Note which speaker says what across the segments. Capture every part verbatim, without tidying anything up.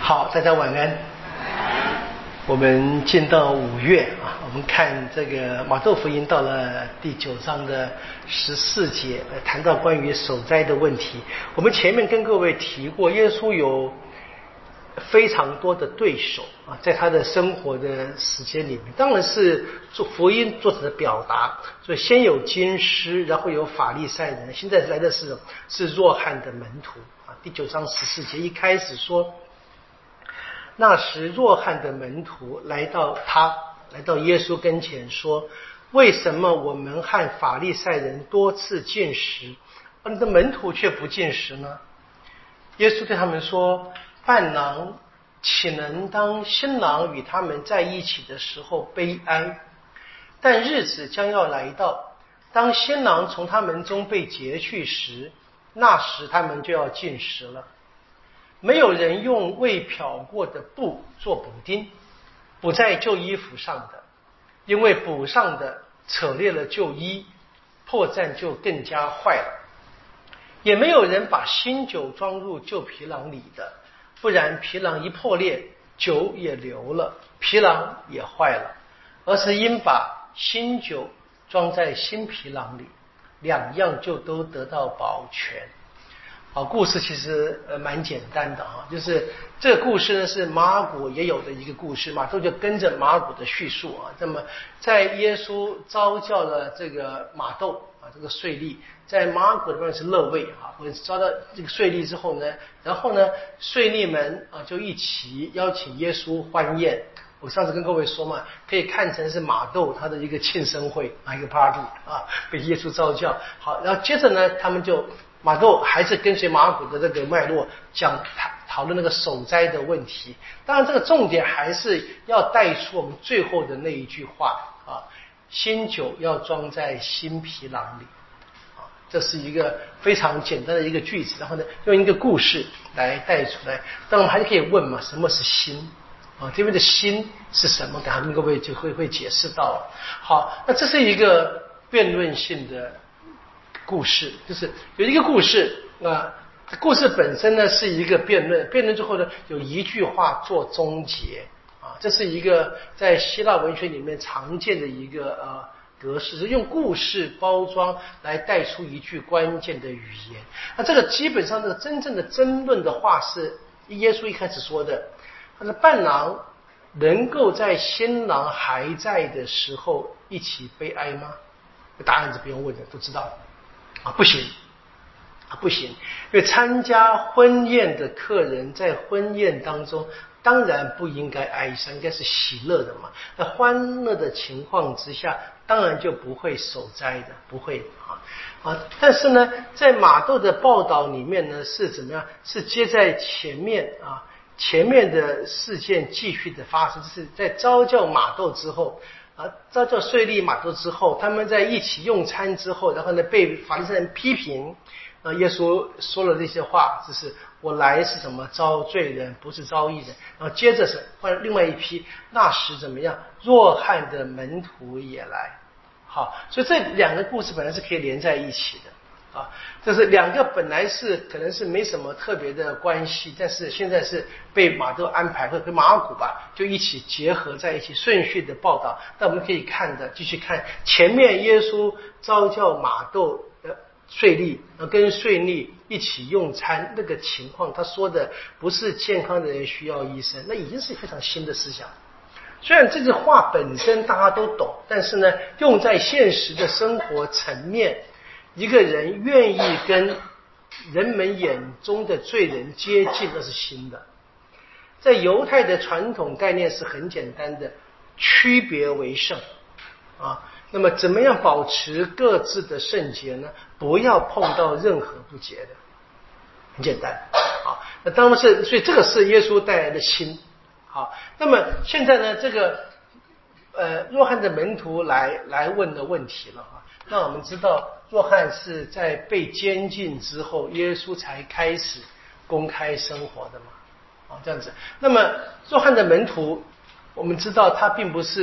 Speaker 1: 好，大家晚安。我们进到五月啊，我们看这个马窦福音到了第九章的十四节，谈到关于守斋的问题。我们前面跟各位提过，耶稣有非常多的对手啊，在他的生活的时间里面，当然是做福音作者的表达，所以先有经师，然后有法利赛人，现在来的是是若翰的门徒啊。第九章十四节一开始说，那时若翰的门徒来到他来到耶稣跟前说，为什么我们和法利赛人多次进食，而你的门徒却不进食呢？耶稣对他们说，伴郎岂能当新郎与他们在一起的时候悲哀？但日子将要来到，当新郎从他们中被劫去时，那时他们就要进食了。没有人用未漂过的布做补丁，补在旧衣服上的，因为补上的扯裂了旧衣，破绽就更加坏了。也没有人把新酒装入旧皮囊里的，不然皮囊一破裂，酒也流了，皮囊也坏了，而是应把新酒装在新皮囊里，两样就都得到保全。好，故事其实呃蛮简单的啊，就是这个故事呢是马尔谷也有的一个故事，马窦就跟着马尔谷的叙述啊。那么在耶稣召叫了这个马窦啊，这个税吏，在马尔谷的部分是勒位啊，或者招到这个税吏之后呢，然后呢税吏们啊就一起邀请耶稣欢宴。我上次跟各位说嘛，可以看成是马窦他的一个庆生会啊，一个 party 啊，被耶稣召叫。好，然后接着呢，他们就马窦还是跟随马尔谷的这个脉络讲讨论那个守斋的问题。当然，这个重点还是要带出我们最后的那一句话啊：新酒要装在新皮囊里。啊，这是一个非常简单的一个句子，然后呢，用一个故事来带出来。但我们还是可以问嘛，什么是新？啊，这边的新是什么？等下跟各位就会会解释到。好，那这是一个辩论性的故事，就是有一个故事啊，故事本身呢是一个辩论，辩论之后呢有一句话做终结啊，这是一个在希腊文学里面常见的一个呃格式，是用故事包装来带出一句关键的语言。那这个基本上这个真正的争论的话是耶稣一开始说的。他说，伴郎能够在新郎还在的时候一起悲哀吗？答案是不用问的，都知道啊，不行啊，不行，因为参加婚宴的客人在婚宴当中当然不应该哀伤，应该是喜乐的嘛。那欢乐的情况之下，当然就不会守斋的，不会啊啊。但是呢，在马窦的报道里面呢，是怎么样？是接在前面啊。前面的事件继续的发生，就是在召叫马窦之后啊，召叫税吏马窦之后，他们在一起用餐之后，然后呢被法利赛人批评啊，耶稣说了这些话，就是我来是什么招罪人，不是招义人。然后接着是换另外一批，那时怎么样？若翰的门徒也来。好，所以这两个故事本来是可以连在一起的。啊，这是两个本来是可能是没什么特别的关系，但是现在是被马窦安排，或者跟马尔谷吧，就一起结合在一起，顺序的报道。那我们可以看的，继续看前面耶稣召叫马窦的税吏，跟税吏一起用餐那个情况，他说的不是健康的人需要医生，那已经是非常新的思想。虽然这句话本身大家都懂，但是呢，用在现实的生活层面。一个人愿意跟人们眼中的罪人接近，那是新的。在犹太的传统概念是很简单的，区别为圣啊。那么怎么样保持各自的圣洁呢？不要碰到任何不洁的，很简单啊。那当然是，所以这个是耶稣带来的新。好，那么现在呢，这个呃若翰的门徒来来问的问题了啊。那我们知道，若翰是在被监禁之后，耶稣才开始公开生活的嘛，啊，这样子。那么若翰的门徒，我们知道他并不是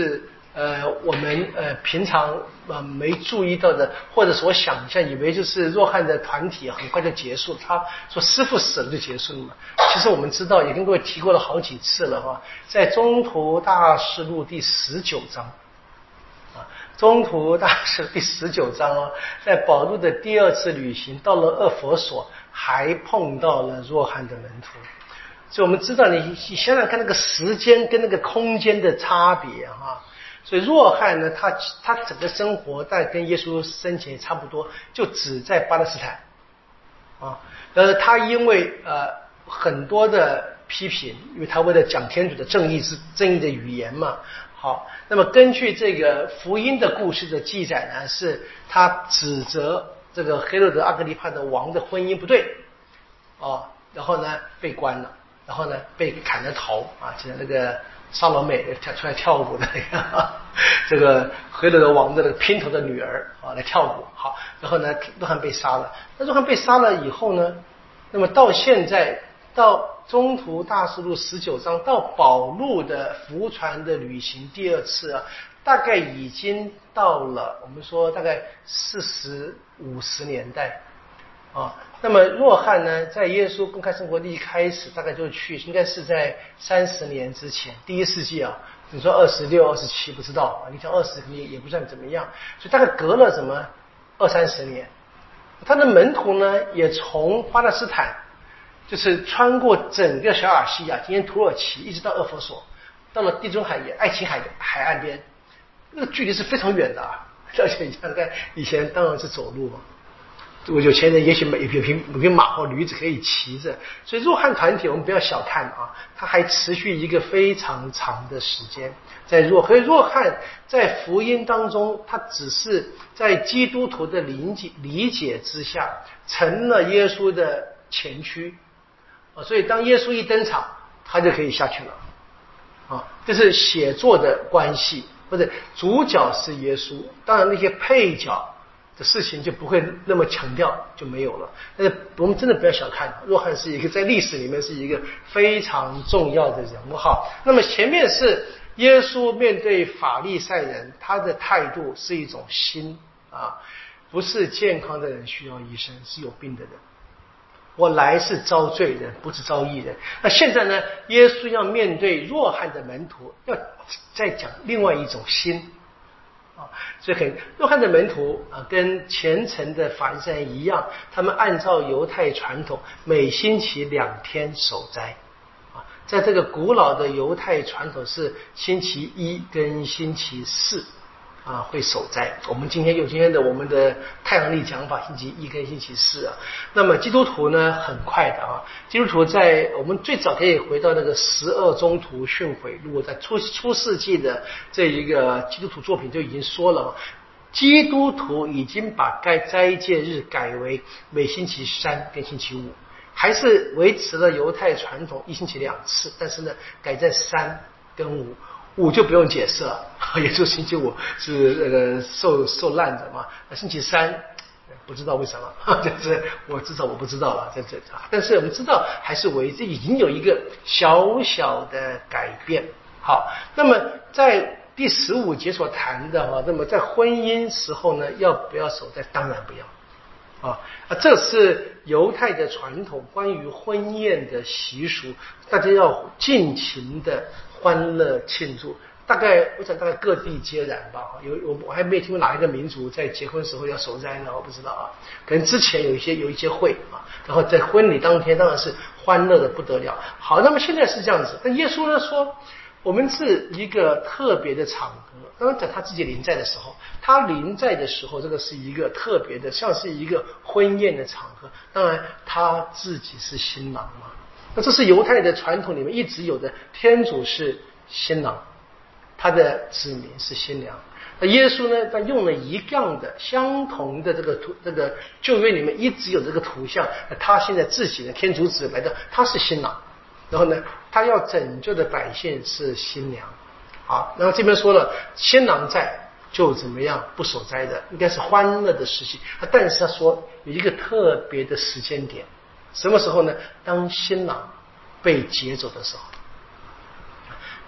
Speaker 1: 呃我们呃平常呃没注意到的，或者所想象以为就是若翰的团体很快就结束，他说师父死了就结束了嘛。其实我们知道，也跟各位提过了好几次了哈，在中途大事录第十九章啊，中途大事第十九章哦，在保禄的第二次旅行到了厄佛所，还碰到了若翰的门徒。所以我们知道你，你想想看那个时间跟那个空间的差别哈。所以若翰呢，他他整个生活在跟耶稣生前也差不多，就只在巴勒斯坦啊。呃，他因为呃很多的批评，因为他为了讲天主的正义之正义的语言嘛。好，那么根据这个福音的故事的记载呢，是他指责这个黑落德阿格利帕的王的婚姻不对啊，然后呢被关了。然后呢，被砍了头啊！就像那个莎罗美跳出来跳舞的那个，这个黑落德王的那个姘头的女儿啊来跳舞。好，然后呢，若翰被杀了。那若翰被杀了以后呢，那么到现在到中途大事录十九章到保禄的福传的旅行第二次啊，大概已经到了我们说大概四十五十年代。啊，那么若翰呢，在耶稣公开生活的一开始，大概就去，应该是在三十年之前，第一世纪啊。你说二十六、二十七不知道啊，你讲二十肯定也不算怎么样，所以大概隔了怎么二三十年。他的门徒呢，也从巴勒斯坦，就是穿过整个小亚细亚，今天土耳其，一直到厄佛所，到了地中海沿爱琴海的海岸边，那个距离是非常远的啊。而且你想想看，以前当然是走路嘛。有钱人也许有匹有匹马或驴子可以骑着，所以若翰团体我们不要小看啊，它还持续一个非常长的时间。在若所以若翰在福音当中，他只是在基督徒的理解理解之下，成了耶稣的前驱啊，所以当耶稣一登场，他就可以下去了啊，这是写作的关系，或者主角是耶稣，当然那些配角的事情就不会那么强调，就没有了。但是我们真的不要小看若翰，是一个在历史里面是一个非常重要的人物。好，那么前面是耶稣面对法利赛人，他的态度是一种心啊，不是健康的人需要医生，是有病的人。我来是招罪人，不是招义人。那现在呢，耶稣要面对若翰的门徒，要再讲另外一种心。所以很若翰的门徒啊，跟虔诚的法利赛人一样，他们按照犹太传统，每星期两天守斋啊。在这个古老的犹太传统是星期一跟星期四啊会守斋。我们今天用今天的我们的太阳历讲法，星期一跟星期四啊。那么基督徒呢，很快的啊，基督徒在我们最早可以回到那个十二宗徒训诲录，在初初世纪的这一个基督徒作品就已经说了，基督徒已经把该斋戒日改为每星期三跟星期五，还是维持了犹太传统一星期两次，但是呢改在三跟五。五就不用解释了，也就是星期五是那个受受难者嘛，星期三不知道为什么，就是我至少我不知道了，在这啊，但是我们知道还是为这已经有一个小小的改变。好，那么在第十五节所谈的哈，那么在婚姻时候呢，要不要守斋？当然不要。啊，这是犹太的传统，关于婚宴的习俗，大家要尽情的欢乐庆祝。大概我想大概各地皆然吧。有我我还没听过哪一个民族在结婚时候要守斋呢，我不知道啊。可能之前有一些有一些会啊，然后在婚礼当天当然是欢乐的不得了。好，那么现在是这样子，但耶稣呢说，我们是一个特别的场合。刚刚讲他自己临在的时候，他临在的时候，这个是一个特别的，像是一个婚宴的场合。当然他自己是新郎嘛，那这是犹太的传统里面一直有的，天主是新郎，他的子民是新娘。那耶稣呢，他用了一样的相同的这个图，这个旧约里面一直有这个图像，他现在自己的天主子来的，他是新郎。然后呢，他要拯救的百姓是新娘。好，然后这边说了，新郎在就怎么样不守斋的，应该是欢乐的时期。但是他说有一个特别的时间点，什么时候呢？当新郎被劫走的时候。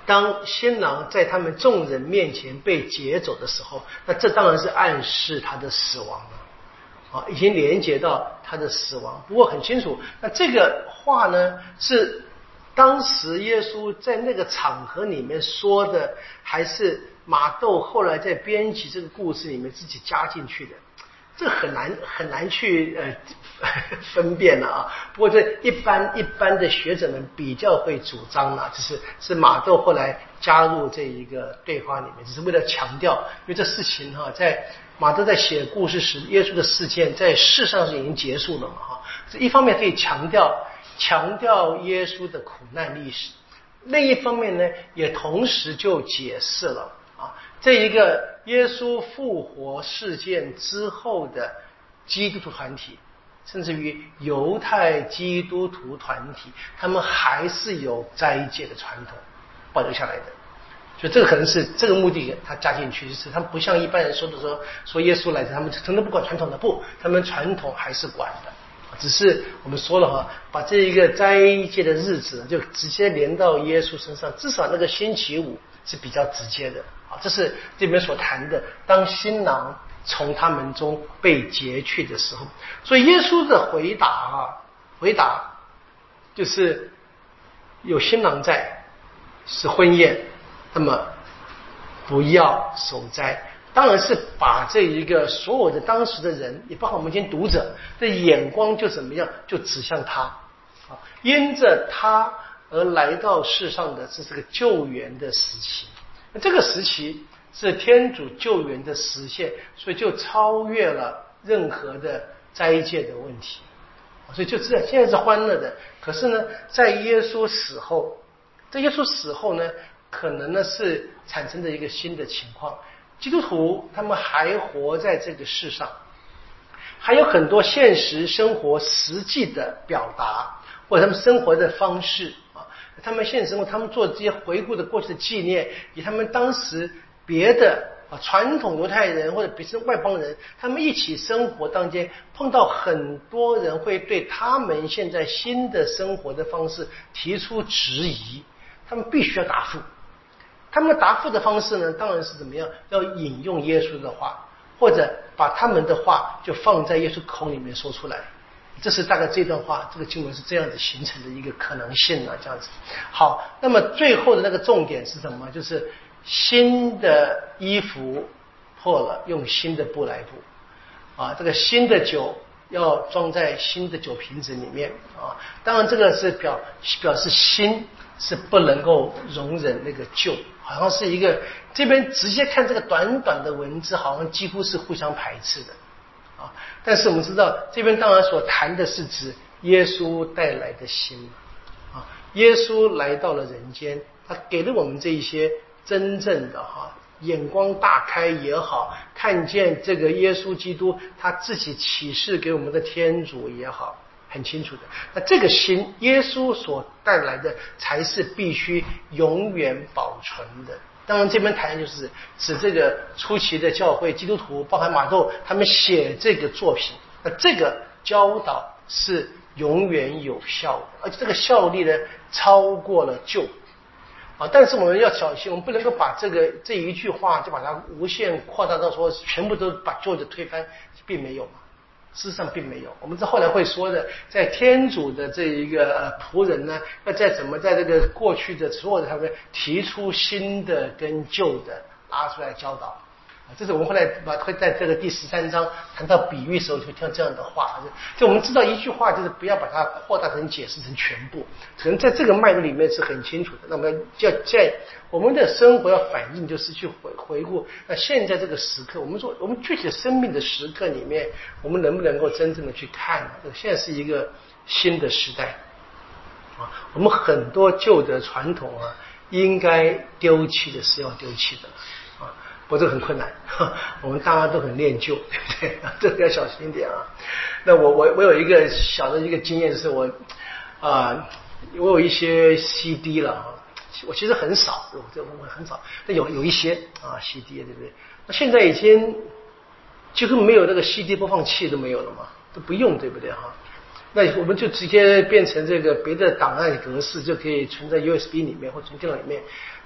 Speaker 1: 当新郎在他们众人面前被劫走的时候，那这当然是暗示他的死亡了，啊，已经连接到他的死亡。不过很清楚，那这个话呢，是当时耶稣在那个场合里面说的，还是马窦后来在编辑这个故事里面自己加进去的？这很难很难去呃分辨了啊。不过这一般一般的学者们比较会主张了，就是是马窦后来加入这一个对话里面，只是为了强调，因为这事情哈、啊，在马窦在写故事时，耶稣的事件在世上是已经结束了嘛哈。这一方面可以强调强调耶稣的苦难历史，另一方面呢，也同时就解释了啊，这一个耶稣复活事件之后的基督徒团体，甚至于犹太基督徒团体，他们还是有斋戒的传统保留下来的。所以这个可能是这个目的他加进去，就是他们不像一般人说的说说耶稣来的，他们真的不管传统的，不，他们传统还是管的。只是我们说了哈，把这一个斋戒的日子就直接连到耶稣身上，至少那个星期五是比较直接的啊。这是这边所谈的，当新郎从他们中被劫去的时候，所以耶稣的回答啊，回答就是有新郎在，是婚宴，那么不要守斋。当然是把这一个所有的当时的人，也包括我们今天读者的眼光就怎么样，就指向他啊，因着他而来到世上的这是个救援的时期。那这个时期是天主救援的实现，所以就超越了任何的斋戒的问题，所以就知道现在是欢乐的。可是呢，在耶稣死后，在耶稣死后呢，可能呢是产生的一个新的情况。基督徒他们还活在这个世上，还有很多现实生活实际的表达，或者他们生活的方式啊，他们现实生活，他们做这些回顾的过去的纪念，以他们当时别的啊传统犹太人或者别是外邦人，他们一起生活当中碰到很多人会对他们现在新的生活的方式提出质疑，他们必须要答复。他们答复的方式呢，当然是怎么样？要引用耶稣的话，或者把他们的话就放在耶稣口里面说出来。这是大概这段话，这个经文是这样子形成的一个可能性啊，这样子。好，那么最后的那个重点是什么？就是新的衣服破了，用新的布来补啊。这个新的酒要装在新的酒瓶子里面啊。当然，这个是表表示新是不能够容忍那个旧。好像是一个这边直接看这个短短的文字，好像几乎是互相排斥的啊。但是我们知道，这边当然所谈的是指耶稣带来的新啊。耶稣来到了人间，他给了我们这一些真正的哈眼光大开也好，看见这个耶稣基督他自己启示给我们的天主也好，很清楚的。那这个新耶稣所带来的才是必须永远保存的。当然这边谈的就是指这个初期的教会基督徒，包含马窦他们写这个作品，那这个教导是永远有效的，而且这个效力呢超过了旧啊。但是我们要小心，我们不能够把这个这一句话就把它无限扩大到说全部都把旧的推翻，并没有嘛。事实上并没有，我们这后来会说的，在天主的这一个呃仆人呢，要在怎么在这个过去的所有的他们提出新的跟旧的拉出来教导啊，这是我们后来把会在这个第十三章谈到比喻的时候会听到这样的话，就我们知道一句话就是不要把它扩大成解释成全部，可能在这个脉络里面是很清楚的。那么要在我们的生活要反映，就是去回回顾那现在这个时刻，我们说我们具体的生命的时刻里面，我们能不能够真正的去看，现在是一个新的时代啊，我们很多旧的传统啊，应该丢弃的是要丢弃的啊，不过这个很困难，我们大家都很恋旧，对不对？这个要小心一点啊。那我我我有一个小的一个经验，是我啊、呃，我有一些 C D 了啊。我其实很少，我这我很少，但有有一些啊 C D 对不对？那现在已经几乎没有那个 C D 播放器都没有了嘛，都不用，对不对哈？那我们就直接变成这个别的档案格式，就可以存在 U S B 里面或存电脑里面。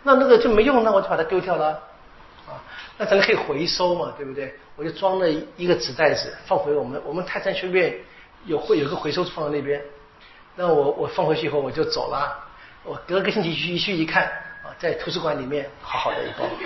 Speaker 1: 那那个就没用，那我就把它丢掉了啊。那咱们可以回收嘛，对不对？我就装了一个纸袋子放回我们我们泰山学院有会有个回收处放在那边。那我我放回去以后我就走了，我隔个星期去一去一看啊，在图书馆里面好好的一包。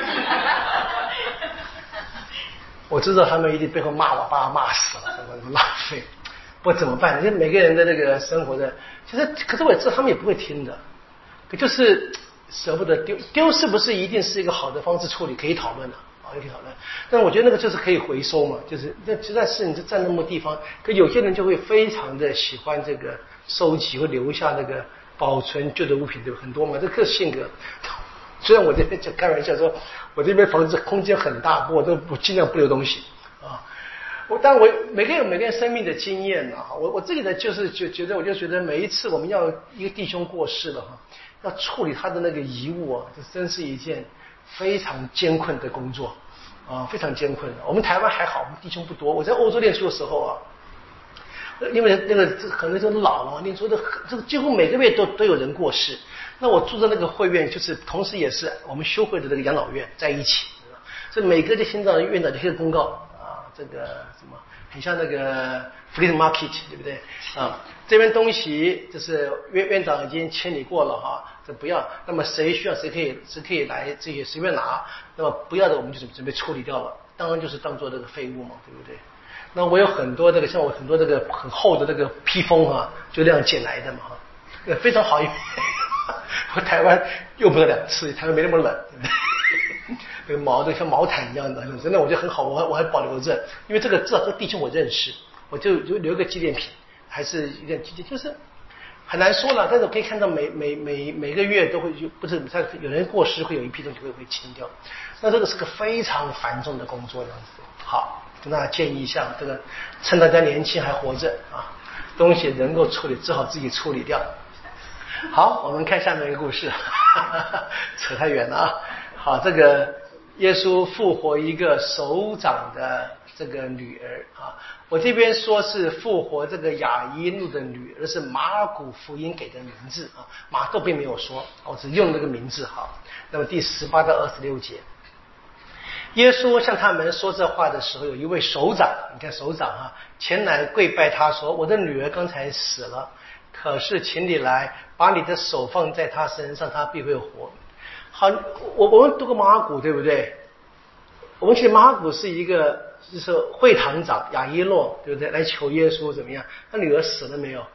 Speaker 1: 我知道他们一定背后骂我，把我骂死了，什么什么浪费。不怎么办？就每个人的那个生活的，其实可是我也知道他们也不会听的，可就是舍不得丢。丢是不是一定是一个好的方式处理？可以讨论了啊，也可以讨论。但我觉得那个就是可以回收嘛，就是那实在是你就占那么地方，可有些人就会非常的喜欢这个收集，会留下那个保存旧的物品，对吧？很多嘛，这个性格。虽然我这边就开玩笑说，我这边房子空间很大，不过我都不尽量不留东西啊。我当然我每个人有每个人生命的经验啊，我我自己的就是就觉得我就觉得每一次我们要一个弟兄过世了哈，要处理他的那个遗物啊，这真是一件非常艰困的工作啊，非常艰困的。我们台湾还好，我们弟兄不多。我在欧洲念书的时候啊，因为那个可能就老了，念书的这个几乎每个月都都有人过世。那我住的那个会院，就是同时也是我们修会的那个养老院在一起，所以每个就心脏院长就贴个公告啊，这个什么很像那个 flea market， 对不对啊？这边东西就是院院长已经清理过了哈，这不要。那么谁需要谁可以谁可以来这些随便拿，那么不要的我们就准备处理掉了，当然就是当做这个废物嘛，对不对？那我有很多这个像我很多这个很厚的这个披风啊，就那样捡来的嘛哈，非常好用。我台湾用不了两次，台湾没那么冷，对不对？那个毛的像毛毯一样的，真的我觉得很好，我还我还保留着，因为这个至少这个弟兄我认识，我就就留个纪念品，还是一点纪念，就是很难说了。但是我可以看到每每每每个月都会就不是他有人过世会有一批东西会会清掉，那这个是个非常繁重的工作这样子。好，跟大家建议一下，这个趁大家年轻还活着啊，东西能够处理只好自己处理掉。好，我们看下面一个故事，扯太远了啊。好，这个耶稣复活一个首长的这个女儿啊，我这边说是复活这个雅伊路的女儿，是马古福音给的名字啊，马窦并没有说，我只用这个名字哈。那么第十八到二十六节，耶稣向他们说这话的时候，有一位首长，你看首长啊，前来跪拜他说：“我的女儿刚才死了。可是请你来，把你的手放在他身上，他必会活。”好，我我们读过马可，对不对？我们记得马可是一个就是会堂长雅伊洛，对不对？来求耶稣怎么样？他女儿死了没有？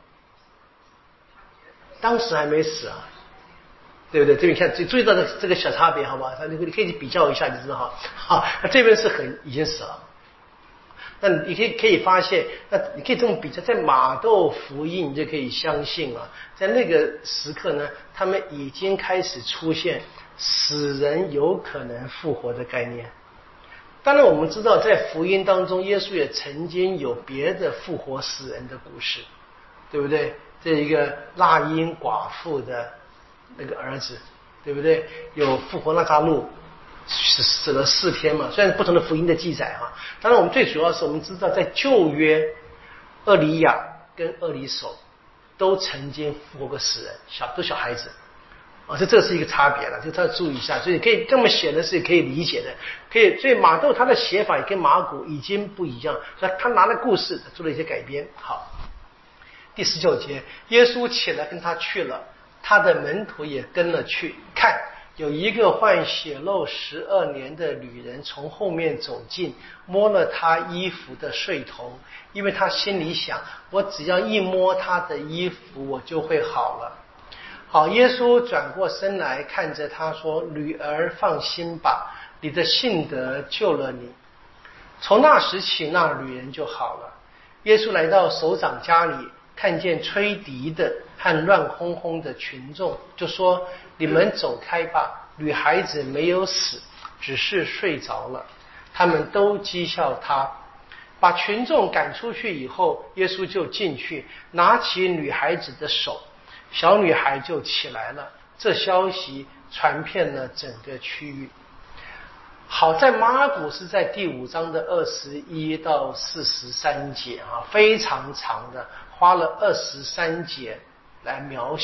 Speaker 1: 当时还没死啊，对不对？这边看注意到这这个小差别，好吧？你你可以比较一下，你知道哈。好，那这边是很已经死了。那你可以可以发现，那你可以这么比较，在马窦福音你就可以相信啊，在那个时刻呢，他们已经开始出现死人有可能复活的概念。当然我们知道在福音当中，耶稣也曾经有别的复活死人的故事，对不对？这一个辣因寡妇的那个儿子，对不对？有复活拉撒路死死了四天嘛，虽然不同的福音的记载啊，当然我们最主要是我们知道在旧约，厄里亚跟厄里叟都曾经复活过死人，小都小孩子啊，这这是一个差别了，就要注意一下。所以可以这么写的是可以理解的，可以。所以马窦他的写法也跟马古已经不一样，所以他拿了故事做了一些改编。好，第十九节，耶稣起来跟他去了，他的门徒也跟了去，看。有一个患血漏十二年的女人从后面走近，摸了他衣服的穗头，因为他心里想，我只要一摸他的衣服，我就会好了。好，耶稣转过身来看着他说：“女儿，放心吧，你的信德救了你。”从那时起，那女人就好了。耶稣来到首长家里，看见吹笛的和乱哄哄的群众，就说：“你们走开吧，女孩子没有死，只是睡着了。”他们都讥笑他。把群众赶出去以后，耶稣就进去，拿起女孩子的手，小女孩就起来了。这消息传遍了整个区域。好在马可是在第五章的二十一到四十三节啊，非常长的，花了二十三节来描写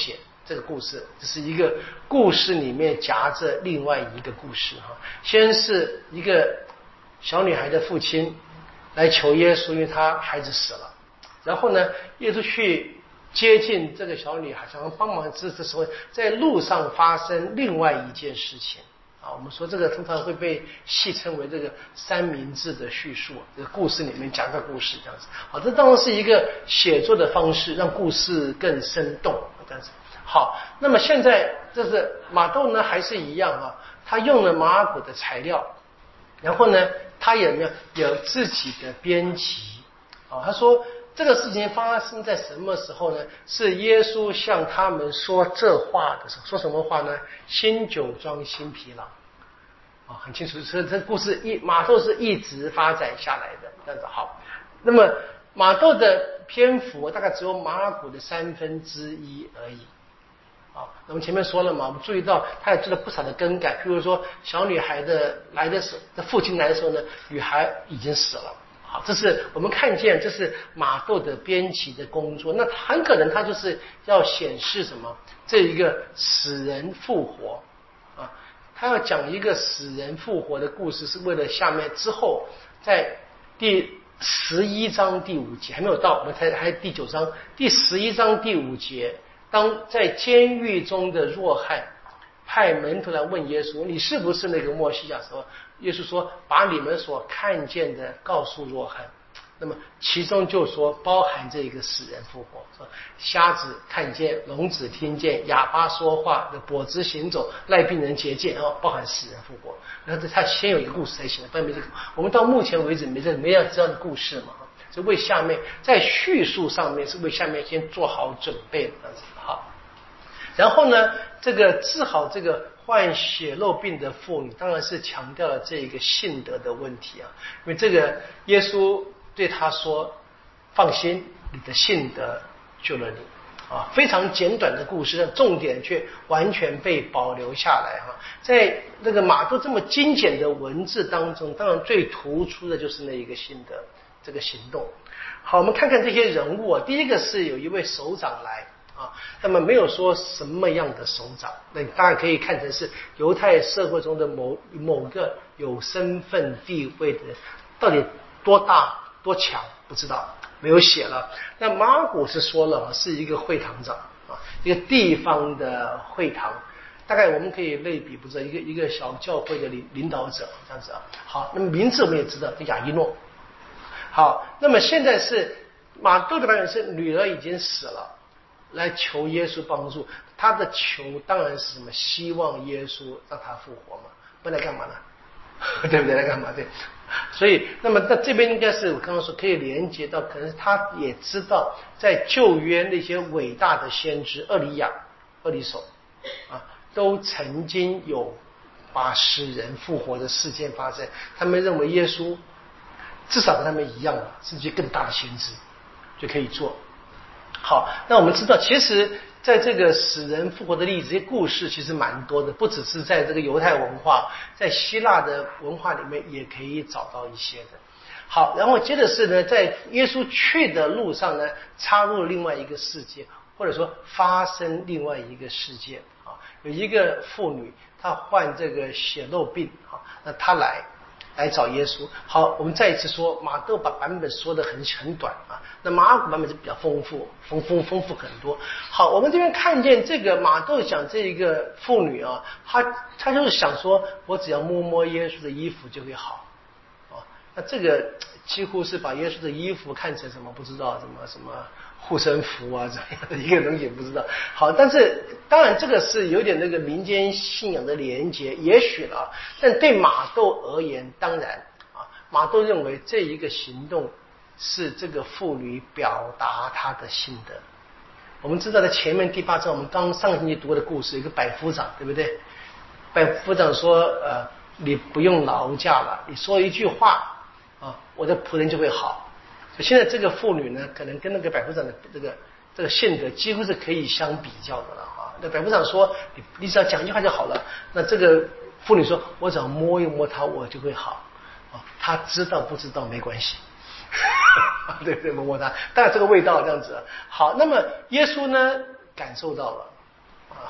Speaker 1: 这个故事，这是一个故事里面夹着另外一个故事哈。先是一个小女孩的父亲来求耶稣，因为他孩子死了，然后呢，耶稣去接近这个小女孩，想要帮忙之的时候，在路上发生另外一件事情啊。我们说这个通常会被戏称为这个三明治的叙述，这个故事里面讲个故事这样子。好，这当然是一个写作的方式，让故事更生动这样子。好，那么现在这是马窦呢，还是一样啊？他用了马尔谷的材料，然后呢，他也没有有自己的编辑啊。他说这个事情发生在什么时候呢？是耶稣向他们说这话的时候，说什么话呢？新酒装新皮囊啊，很清楚，这这故事一马窦是一直发展下来的这样子。好，那么马窦的篇幅大概只有马尔谷的三分之一而已。啊，那么前面说了嘛，我们注意到他也做了不少的更改，譬如说小女孩的来的时候，的父亲来的时候呢，女孩已经死了。好，这是我们看见，这是马窦的编辑的工作。那很可能他就是要显示什么？这一个死人复活啊，他要讲一个死人复活的故事，是为了下面之后在第十一章第五节还没有到，我们才还第九章第十一章第五节。当在监狱中的若翰派门徒来问耶稣，你是不是那个默西亚的时候，耶稣说，把你们所看见的告诉若翰。那么其中就说包含这个死人复活，说瞎子看见，聋子听见，哑巴说话，跛子行走，赖病人洁净，哦，包含死人复活。然后他先有一个故事才行，不然没这个。我们到目前为止没这没有这样的故事嘛，是为下面在叙述上面是为下面先做好准备的这样子。好，然后呢，这个治好这个患血肉病的妇女，当然是强调了这个信德的问题啊，因为这个耶稣对他说：“放心，你的信德救了你。”啊，非常简短的故事，重点却完全被保留下来哈。在那个马窦这么精简的文字当中，当然最突出的就是那一个信德这个行动。好，我们看看这些人物啊，第一个是有一位首长来。啊，那么没有说什么样的首长，那当然可以看成是犹太社会中的某某个有身份地位的人，到底多大多强不知道，没有写了。那马尔谷是说了，是一个会堂长啊，一个地方的会堂，大概我们可以类比，不知道一个一个小教会的领领导者这样子啊。好，那么名字我们也知道，叫亚伊诺。好，那么现在是马窦的版本是女儿已经死了。来求耶稣帮助，他的求当然是什么？希望耶稣让他复活嘛，不然干嘛呢？对不对？来干嘛？对。所以，那么在这边应该是我刚刚说可以连接到，可能他也知道，在旧约那些伟大的先知厄里亚、厄里叟啊，都曾经有把使人复活的事件发生。他们认为耶稣至少跟他们一样，甚至更大的先知就可以做。好，那我们知道，其实在这个死人复活的例子，这些故事其实蛮多的，不只是在这个犹太文化，在希腊的文化里面也可以找到一些的。好，然后接着是呢，在耶稣去的路上呢，插入另外一个事件，或者说发生另外一个事件啊，有一个妇女，她患这个血肉病啊，那她来。来找耶稣。好，我们再一次说，马窦把版本说的很很短啊，那马尔谷版本是比较丰富，丰富丰富很多。好，我们这边看见这个马窦讲这一个妇女啊，她她就是想说，我只要摸摸耶稣的衣服就会好啊。那这个几乎是把耶稣的衣服看成什么不知道什么什么护身符啊，这样的一个东西不知道。好，但是当然这个是有点那个民间信仰的连结，也许了。但对马窦而言，当然啊，马窦认为这一个行动是这个妇女表达她的信德。我们知道在前面第八章，我们刚上星期读的故事，一个百夫长，对不对？百夫长说，呃，你不用劳驾了，你说一句话啊，我的仆人就会好。现在这个妇女呢，可能跟那个百夫长的这个这个性格几乎是可以相比较的了啊。那百夫长说，你你只要讲一句话就好了。那这个妇女说，我只要摸一摸他，我就会好啊。他知道不知道没关系，对不对？摸摸他，当然这个味道这样子。好，那么耶稣呢感受到了，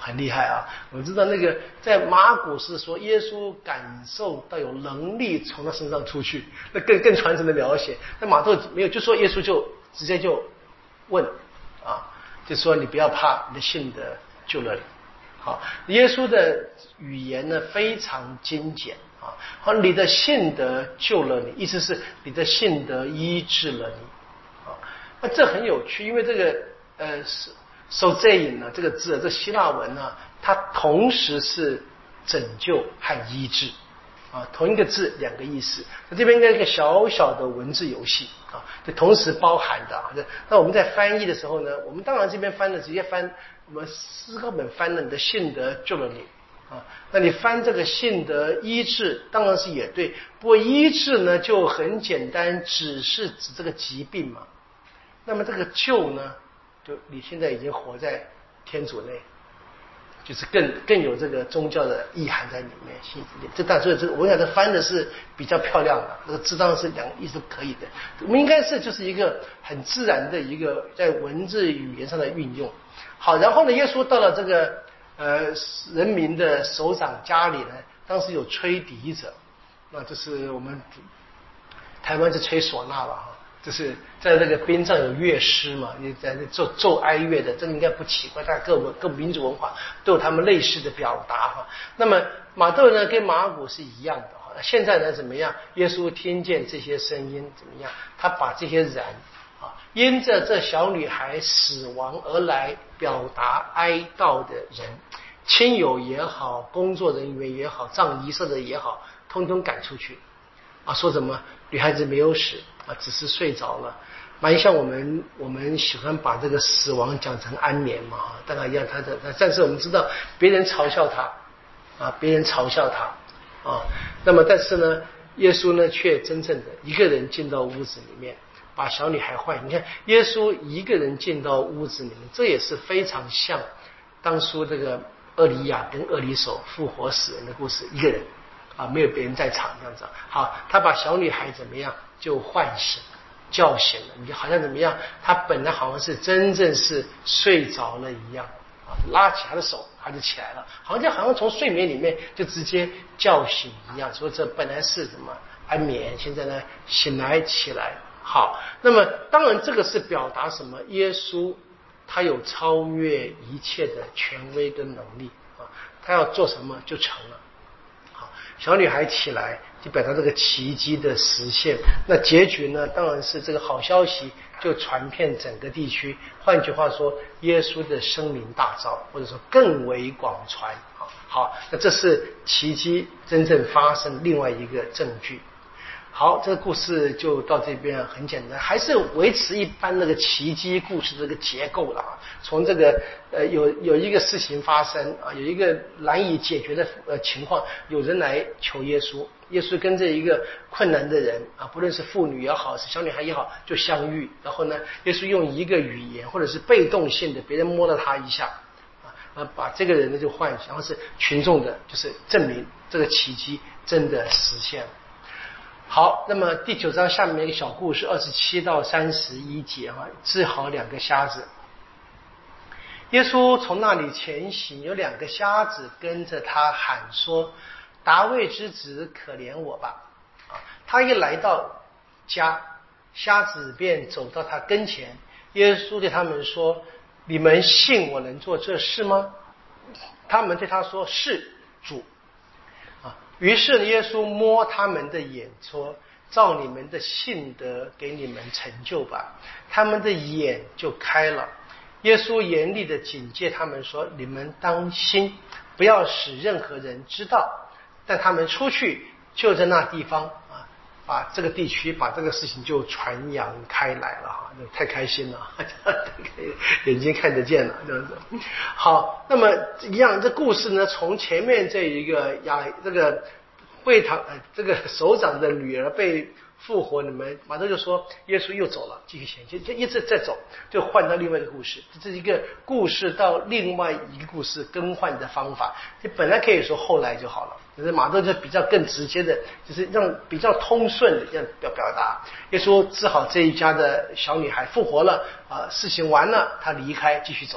Speaker 1: 很厉害啊！我知道那个在马古是说耶稣感受到有能力从他身上出去，那更更传神的描写。那马窦没有，就说耶稣就直接就问啊，就说你不要怕，你的信德救了你。好，耶稣的语言呢非常精简啊，好，你的信德救了你，意思是你的信德医治了你啊。那这很有趣，因为这个呃是。sozein 呢，这个字，这希腊文呢，它同时是拯救和医治啊，同一个字两个意思。那这边应该一个小小的文字游戏啊，就同时包含的啊。那我们在翻译的时候呢，我们当然这边翻的直接翻，我们思考本翻了你的信德救了你啊，那你翻这个信德医治，当然是也对。不过医治呢就很简单，只是指这个疾病嘛。那么这个救呢？就你现在已经活在天主内，就是更更有这个宗教的意涵在里面。这但所以这个我想这翻的是比较漂亮的，这个字当然是两个意思都可以的。我们应该是就是一个很自然的一个在文字语言上的运用。好，然后呢，耶稣到了这个呃人民的首长家里呢，当时有吹笛者，那就是我们台湾是吹唢呐了哈。就是在那个边上有乐师嘛，你在那奏奏哀乐的，这个应该不奇怪，大家各各民族文化都有他们类似的表达哈。那么马窦呢，跟马古是一样的哈。现在呢怎么样？耶稣听见这些声音怎么样？他把这些人啊，因着这小女孩死亡而来表达哀悼的人，亲友也好，工作人员也好，葬仪社的也好，通通赶出去啊，说什么女孩子没有死啊，只是睡着了。蛮像我们我们喜欢把这个死亡讲成安眠嘛，当然一样，他的但是我们知道别人嘲笑他啊，别人嘲笑他啊，那么但是呢，耶稣呢却真正的一个人进到屋子里面，把小女孩唤。你看耶稣一个人进到屋子里面，这也是非常像当初这个厄里亚跟厄里叟复活死人的故事，一个人啊，没有别人在场这样子。好，他把小女孩怎么样就唤醒叫醒了，你就好像怎么样，他本来好像是真正是睡着了一样啊，拉起他的手他就起来了，好像好像从睡眠里面就直接叫醒一样，说这本来是什么安眠，现在呢醒来起来。好，那么当然这个是表达什么？耶稣他有超越一切的权威跟能力啊，他要做什么就成了。好，小女孩起来就表达这个奇迹的实现。那结局呢，当然是这个好消息就传遍整个地区。换句话说，耶稣的声名大噪，或者说更为广传。好，那这是奇迹真正发生另外一个证据。好，这个故事就到这边很简单，还是维持一般那个奇迹故事这个结构了啊。从这个呃有有一个事情发生啊，有一个难以解决的呃情况，有人来求耶稣，耶稣跟这一个困难的人啊，不论是妇女也好，是小女孩也好，就相遇。然后呢，耶稣用一个语言或者是被动性的，别人摸了他一下啊，把这个人呢就唤醒，然后是群众的，就是证明这个奇迹真的实现了。好，那么第九章下面一个小故事，二十七到三十一节哈，治好两个瞎子。耶稣从那里前行，有两个瞎子跟着他喊说：“达卫之子，可怜我吧！”啊，他一来到家，瞎子便走到他跟前。耶稣对他们说：“你们信我能做这事吗？”他们对他说：“是，主。”于是耶稣摸他们的眼说：“照你们的信德给你们成就吧。”他们的眼就开了。耶稣严厉的警戒他们说：“你们当心，不要使任何人知道。”但他们出去，就在那地方啊，把这个地区把这个事情就传扬开来了哈，太开心了，眼睛看得见了这样子。好，那么一样，这故事呢，从前面这一个呀，这个会堂呃，这个首长的女儿被复活，你们马上就说耶稣又走了，继续前进，就一直在走，就换到另外一个故事。这是一个故事到另外一个故事更换的方法，就本来可以说后来就好了，可是马上就比较更直接的，就是让比较通顺的要表表达。耶稣治好这一家的小女孩，复活了啊，事情完了，他离开继续走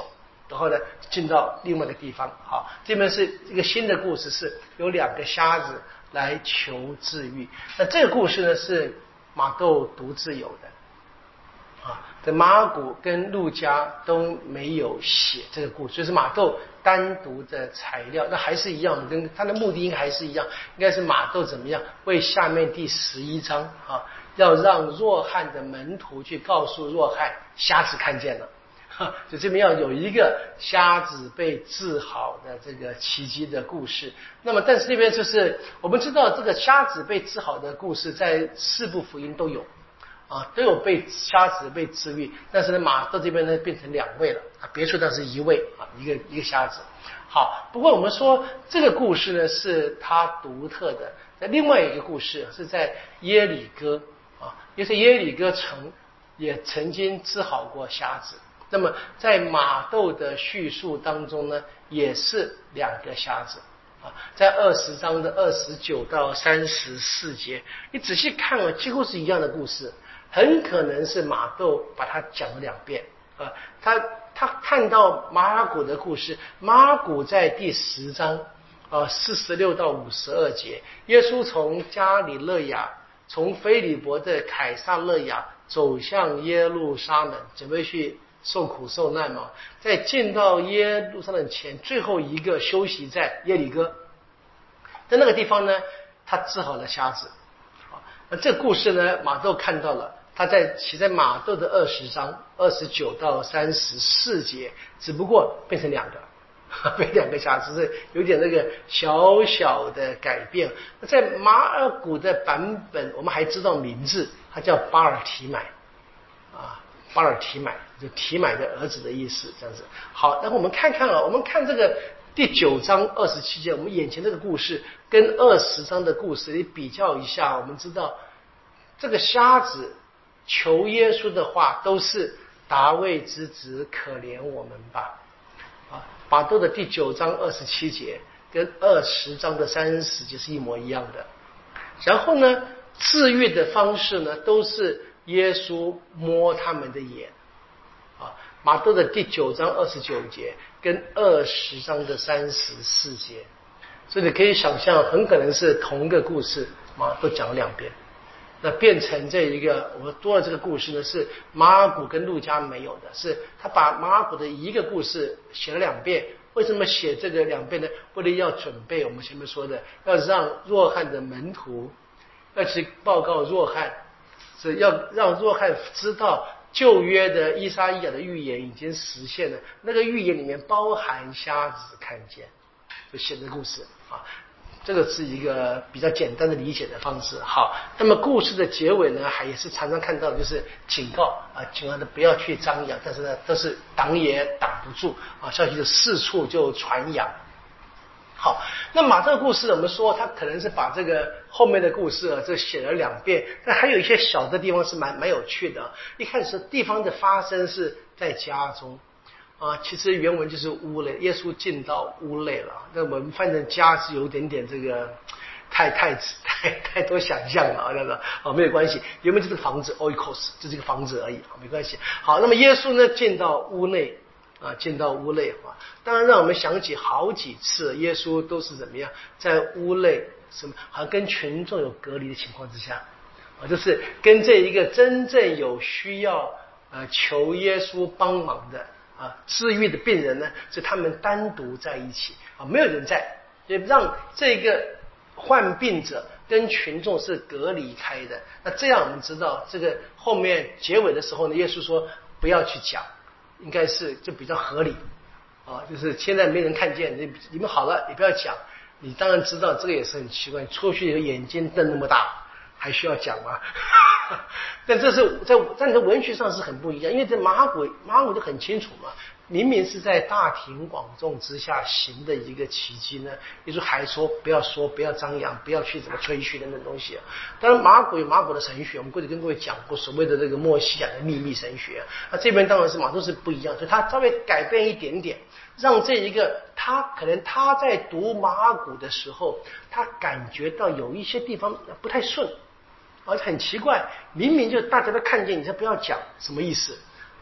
Speaker 1: 然后呢进到另外一个地方。好，这边是一个新的故事，是有两个瞎子来求治愈。那这个故事呢是马窦独自有的。啊，这马尔谷跟路加都没有写这个故事，就是马窦单独的材料。那还是一样，跟他的目的应该还是一样，应该是马窦怎么样为下面第十一章啊，要让若翰的门徒去告诉若翰瞎子看见了，哈，就这边要有一个瞎子被治好的这个奇迹的故事。那么但是这边就是我们知道这个瞎子被治好的故事在四部福音都有啊，都有被瞎子被治愈，但是呢，马窦这边呢变成两位了啊，别处倒是一位啊，一个一个瞎子。好，不过我们说这个故事呢是他独特的，在另外一个故事是在耶里哥啊，也是耶里哥城也曾经治好过瞎子。那么在马窦的叙述当中呢，也是两个瞎子。在二十章的二十九到三十四节，你仔细看啊，几乎是一样的故事，很可能是马窦把它讲了两遍啊。他他看到马尔谷的故事，马尔谷在第十章啊四十六到五十二节，耶稣从加里肋亚，从腓利伯的凯撒勒亚走向耶路撒冷，准备去受苦受难嘛，在进到耶路撒冷前，最后一个休息在耶里哥，在那个地方呢，他治好了瞎子。那这个故事呢，马窦看到了，他在写在马窦的二十章二十九到三十四节，只不过变成两个，变两个瞎子，是有点那个小小的改变。那在马尔谷的版本，我们还知道名字，他叫巴尔提买啊。巴尔提买就提买的儿子的意思，这样子。好，那我们看看啊，我们看这个第九章二十七节，我们眼前这个故事跟二十章的故事你比较一下，我们知道这个瞎子求耶稣的话都是大卫之子，可怜我们吧。啊，马窦的第九章二十七节跟二十章的三十节是一模一样的。然后呢，治愈的方式呢都是耶稣摸他们的眼啊，马窦的第九章二十九节跟二十章的三十四节，所以你可以想象，很可能是同一个故事，马窦讲了两遍。那变成这一个，我们多了这个故事呢，是马尔谷跟路加没有的，是他把马尔谷的一个故事写了两遍。为什么写这个两遍呢？为了要准备我们前面说的，要让若翰的门徒要去报告若翰。是要让若翰知道旧约的以赛亚的预言已经实现了，那个预言里面包含瞎子看见，就写的故事啊。这个是一个比较简单的理解的方式。好，那么故事的结尾呢，还也是常常看到的就是警告啊，警告的不要去张扬，但是呢，都是挡也挡不住啊，消息就四处就传扬。好，那马这个故事我们说他可能是把这个后面的故事啊，这写了两遍，但还有一些小的地方是蛮蛮有趣的。一开始地方的发生是在家中啊，其实原文就是屋内，耶稣进到屋内了。那我们翻成家是有点点这个太太太太多想象了啊，那个啊没有关系，原本就是个房子 oikos， 就是一个房子而已啊，没关系。好，那么耶稣呢进到屋内。啊，进到屋内啊，当然让我们想起好几次耶稣都是怎么样在屋内什么，好像跟群众有隔离的情况之下啊，就是跟这一个真正有需要呃求耶稣帮忙的啊治愈的病人呢，是他们单独在一起啊，没有人在，也让这个患病者跟群众是隔离开的。那这样我们知道，这个后面结尾的时候呢，耶稣说不要去讲。应该是就比较合理啊，就是现在没人看见，你你们好了，你不要讲。你当然知道这个也是很奇怪，出去眼睛瞪那么大，还需要讲吗？但这是在在你的文学上是很不一样，因为这马可马可就很清楚嘛，明明是在大庭广众之下行的一个奇迹呢，耶稣还说不要说，不要张扬，不要去怎么吹嘘等等东西啊。当然马可有马可的神学，我们过去跟各位讲过所谓的这个默西亚的秘密神学，那这边当然是马可是不一样，所以他稍微改变一点点，让这一个他可能他在读马可的时候，他感觉到有一些地方不太顺。而且很奇怪，明明就大家都看见，你才不要讲，什么意思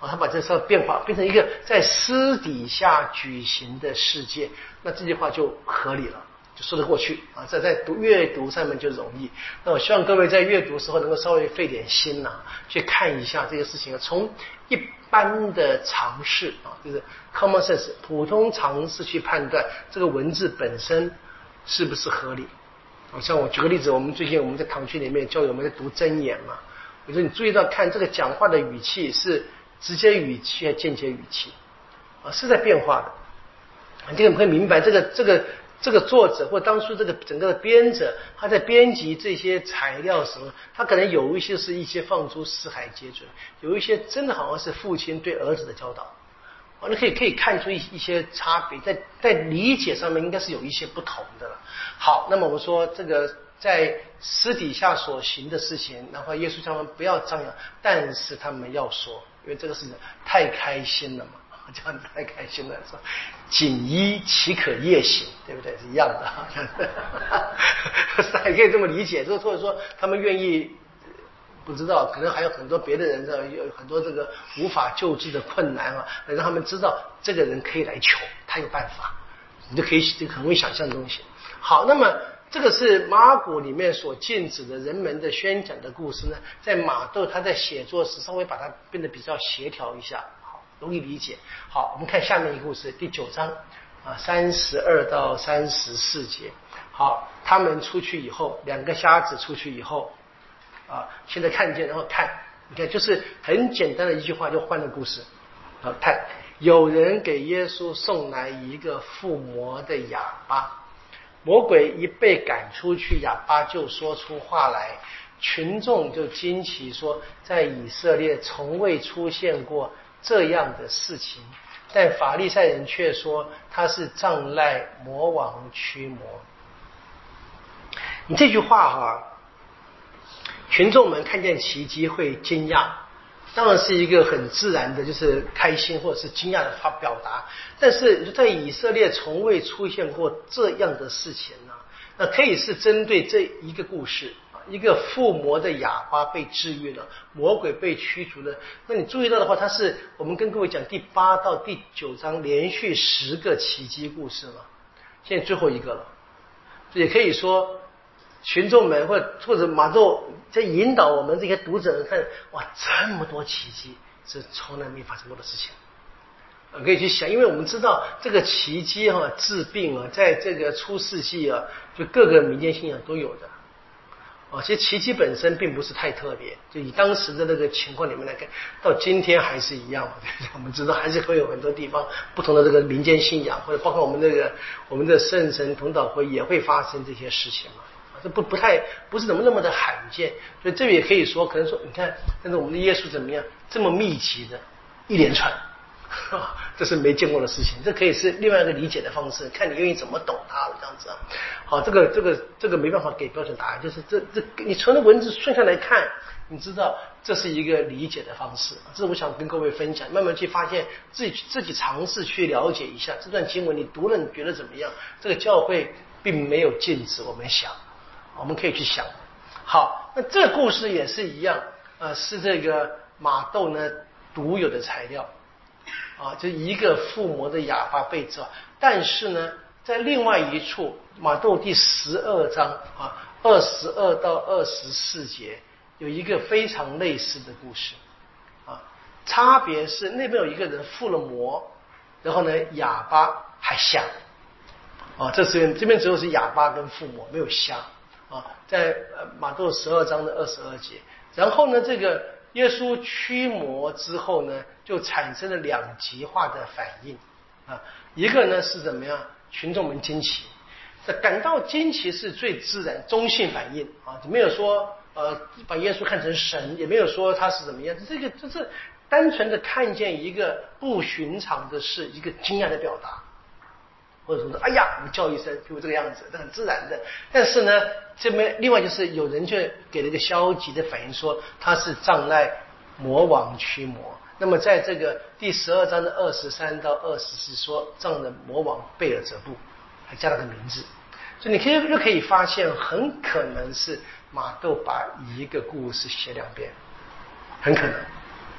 Speaker 1: 啊，他把这事变化变成一个在私底下举行的事件，那这句话就合理了，就说得过去啊。在在读阅读上面就容易。那我希望各位在阅读时候能够稍微费点心呐、啊，去看一下这个事情，从一般的常识啊，就是 common sense 普通常识去判断这个文字本身是不是合理。好像我举个例子，我们最近我们在堂区里面教友们在读箴言嘛，我说你注意到看这个讲话的语气是直接语气还是间接语气啊，是在变化的。这个你会明白，这个这个这个作者或当初这个整个的编者，他在编辑这些材料时候，他可能有一些是一些放诸四海皆准，有一些真的好像是父亲对儿子的教导。啊，你可以可以看出一一些差别，在在理解上面应该是有一些不同的了。好，那么我们说这个在私底下所行的事情，然后耶稣叫他们不要张扬，但是他们要说，因为这个事情太开心了嘛，这样太开心了，说锦衣岂可夜行，对不对？是一样的，还可以这么理解，就是或者说他们愿意。不知道，可能还有很多别的人的，有很多这个无法救治的困难啊，让他们知道这个人可以来求，他有办法，你就可以这个很会想象的东西。好，那么这个是马可里面所禁止的人们的宣讲的故事呢，在马窦他在写作时稍微把它变得比较协调一下，好，容易理解。好，我们看下面一个故事，第九章啊，三十二到三十四节。好，他们出去以后，两个瞎子出去以后。啊，现在看见，然后看，你看，就是很简单的一句话就换了故事。啊，看，有人给耶稣送来一个附魔的哑巴，魔鬼一被赶出去，哑巴就说出话来，群众就惊奇说，在以色列从未出现过这样的事情，但法利赛人却说他是障赖魔王驱魔。你这句话哈、啊。群众们看见奇迹会惊讶，当然是一个很自然的，就是开心或者是惊讶的发表达。但是在以色列从未出现过这样的事情呢、啊，那可以是针对这一个故事，一个附魔的哑巴被治愈了，魔鬼被驱逐了。那你注意到的话，它是我们跟各位讲第八到第九章连续十个奇迹故事了，现在最后一个了，也可以说。群众们或者或者马窦在引导我们这些读者看，哇，这么多奇迹是从来没发生过的事情。可以去想，因为我们知道这个奇迹哈、啊、治病啊，在这个初世纪啊，就各个民间信仰都有的。啊，其实奇迹本身并不是太特别，就以当时的那个情况里面来看，到今天还是一样。我们知道还是会有很多地方不同的这个民间信仰，或者包括我们这个我们的圣神同祷会也会发生这些事情嘛。这不不太不是怎么那么的罕见，所以这也可以说，可能说你看，但是我们的耶稣怎么样这么密集的一连串，这是没见过的事情，这可以是另外一个理解的方式，看你愿意怎么懂它了，这样子啊。好，这个这个这个没办法给标准答案，就是这这你从文字顺下来看，你知道这是一个理解的方式，这是我想跟各位分享，慢慢去发现自己自己尝试去了解一下这段经文，你读了你觉得怎么样？这个教会并没有禁止我们想。我们可以去想，好，那这个故事也是一样，呃，是这个马窦呢独有的材料，啊，就一个附魔的哑巴被治，但是呢，在另外一处，马窦第十二章啊，二十二到二十四节有一个非常类似的故事，啊，差别是那边有一个人附了魔，然后呢，哑巴还瞎，啊，这是这边只有是哑巴跟附魔，没有瞎。啊，在马窦十二章的二十二节，然后呢，这个耶稣驱魔之后呢，就产生了两极化的反应啊，一个呢是怎么样，群众们惊奇，这感到惊奇是最自然中性反应啊，没有说呃把耶稣看成神，也没有说他是怎么样，这个就是单纯的看见一个不寻常的事，一个惊讶的表达。或者说哎呀，我们叫一声，就这个样子，这很自然的。但是呢，这边另外就是有人就给了一个消极的反应，说他是障碍魔王驱魔。那么在这个第十二章的二十三到二十四说，障的魔王贝尔泽布，还加了个名字。所以你可以就可以发现，很可能是马窦把一个故事写两遍，很可能。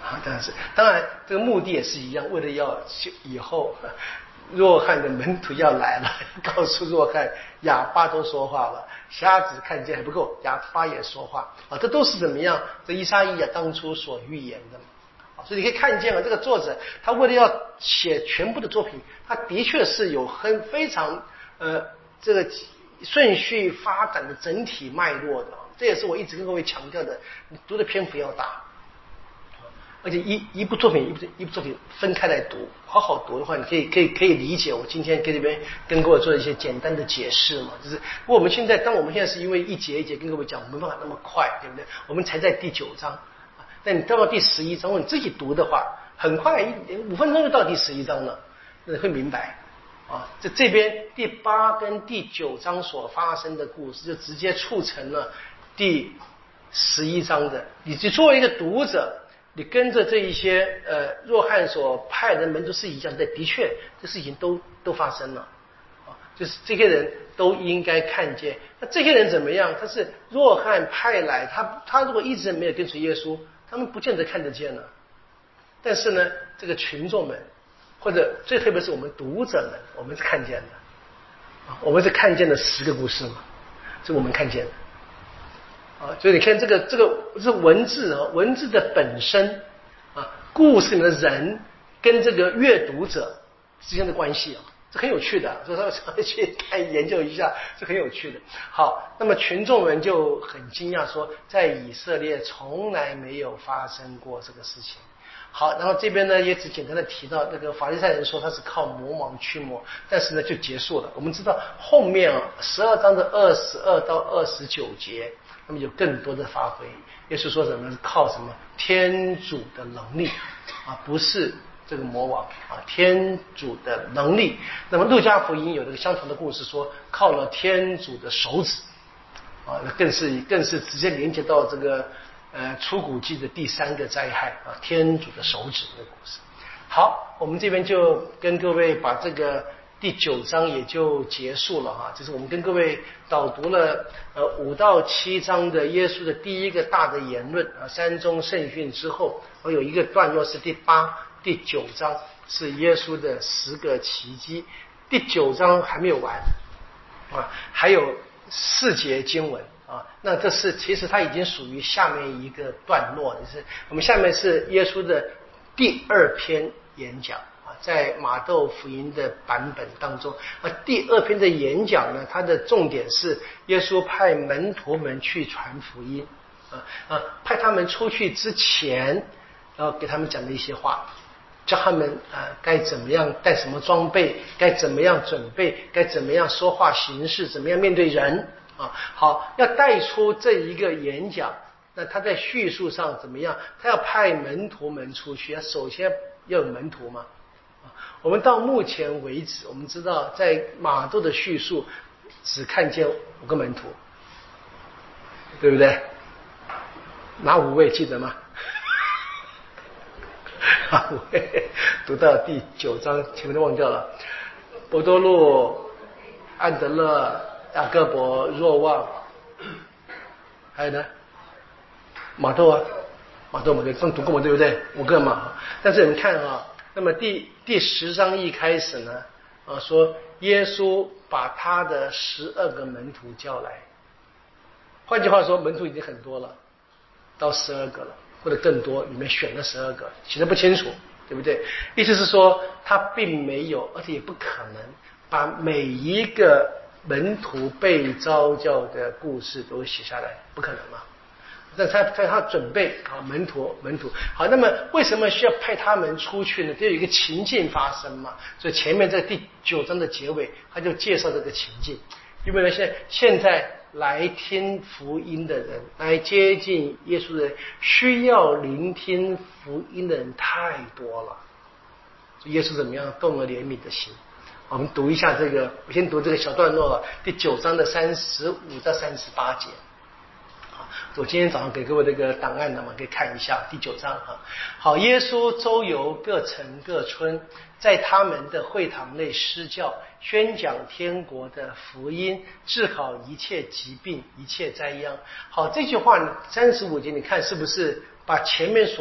Speaker 1: 啊，当然是，当然这个目的也是一样，为了要以后若翰的门徒要来了，告诉若翰哑巴都说话了，瞎子看见还不够，哑巴也说话啊，这都是怎么样？这以赛亚当初所预言的嘛。所以你可以看见了，这个作者他为了要写全部的作品，他的确是有很非常呃这个顺序发展的整体脉络的。这也是我一直跟各位强调的，你读的篇幅要大，而且一一部作品一部一部作品分开来读，好好读的话，你可以可以可以理解我今天跟这边跟各位做一些简单的解释嘛。就是我们现在当我们现在是因为一节一节跟各位讲，我没办法那么快，对不对？我们才在第九章。那你到了第十一章，你自己读的话，很快五分钟就到第十一章了，那会明白啊。这这边第八跟第九章所发生的故事，就直接促成了第十一章的。你就作为一个读者，你跟着这一些呃若翰所派的门徒是一样的，的确这事情都都发生了啊，就是这些人都应该看见。那这些人怎么样？他是若翰派来，他他如果一直没有跟随耶稣，他们不见得看得见了，但是呢，这个群众们，或者最特别是我们读者们，我们是看见的，我们是看见了十个故事嘛，这我们看见的啊。所以你看这个这个是文字啊，文字的本身啊，故事里面的人跟这个阅读者之间的关系啊，这很有趣的，所以他们去看研究一下，是很有趣的。好，那么群众们就很惊讶说，在以色列从来没有发生过这个事情。好，然后这边呢也只简单的提到那个法利赛人说他是靠魔王驱魔，但是呢就结束了。我们知道后面啊十二章的二十二到二十九节，那么有更多的发挥。耶稣说什么？靠什么？天主的能力啊，不是这个魔王啊，天主的能力。那么路加福音有这个相同的故事，说靠了天主的手指啊，那更是更是直接连接到这个呃出谷记的第三个灾害啊，天主的手指的故事。好，我们这边就跟各位把这个第九章也就结束了哈，这是我们跟各位导读了呃五到七章的耶稣的第一个大的言论啊，山中圣训之后，我有一个段落是第八、第九章是耶稣的十个奇迹，第九章还没有完啊，还有四节经文啊，那这是其实它已经属于下面一个段落，就是我们下面是耶稣的第二篇演讲啊，在马窦福音的版本当中，啊，第二篇的演讲呢，它的重点是耶稣派门徒们去传福音啊啊，派他们出去之前，然后给他们讲的一些话。教他们啊、呃，该怎么样带什么装备，该怎么样准备，该怎么样说话行事，怎么样面对人啊。好，要带出这一个演讲，那他在叙述上怎么样？他要派门徒们出去，他首先要有门徒嘛。啊，我们到目前为止，我们知道在马窦的叙述只看见五个门徒，对不对？哪五位记得吗？啊，我读到第九章，前面都忘掉了。伯多禄、安德勒、雅各伯、若望，还有呢，马窦啊，马窦马窦刚读过嘛，对不对？五个嘛。但是你看啊，那么第第十章一开始呢，啊说耶稣把他的十二个门徒叫来，换句话说，门徒已经很多了，到十二个了。或者更多，里面选了十二个，写的不清楚，对不对？意思是说，他并没有，而且也不可能把每一个门徒被召教的故事都写下来，不可能嘛？但他他他准备啊，门徒门徒好，那么为什么需要派他们出去呢？就有一个情境发生嘛。所以前面在第九章的结尾，他就介绍这个情境，因为呢，现现在。来听福音的人，来接近耶稣的人，需要聆听福音的人太多了。耶稣怎么样动了怜悯的心？我们读一下这个，我先读这个小段落，第九章的三十五到三十八节。我今天早上给各位这个档案呢嘛，可以看一下第九章哈。好，耶稣周游各城各村，在他们的会堂内施教，宣讲天国的福音，治好一切疾病、一切灾殃。好，这句话三十五节，你看是不是把前面所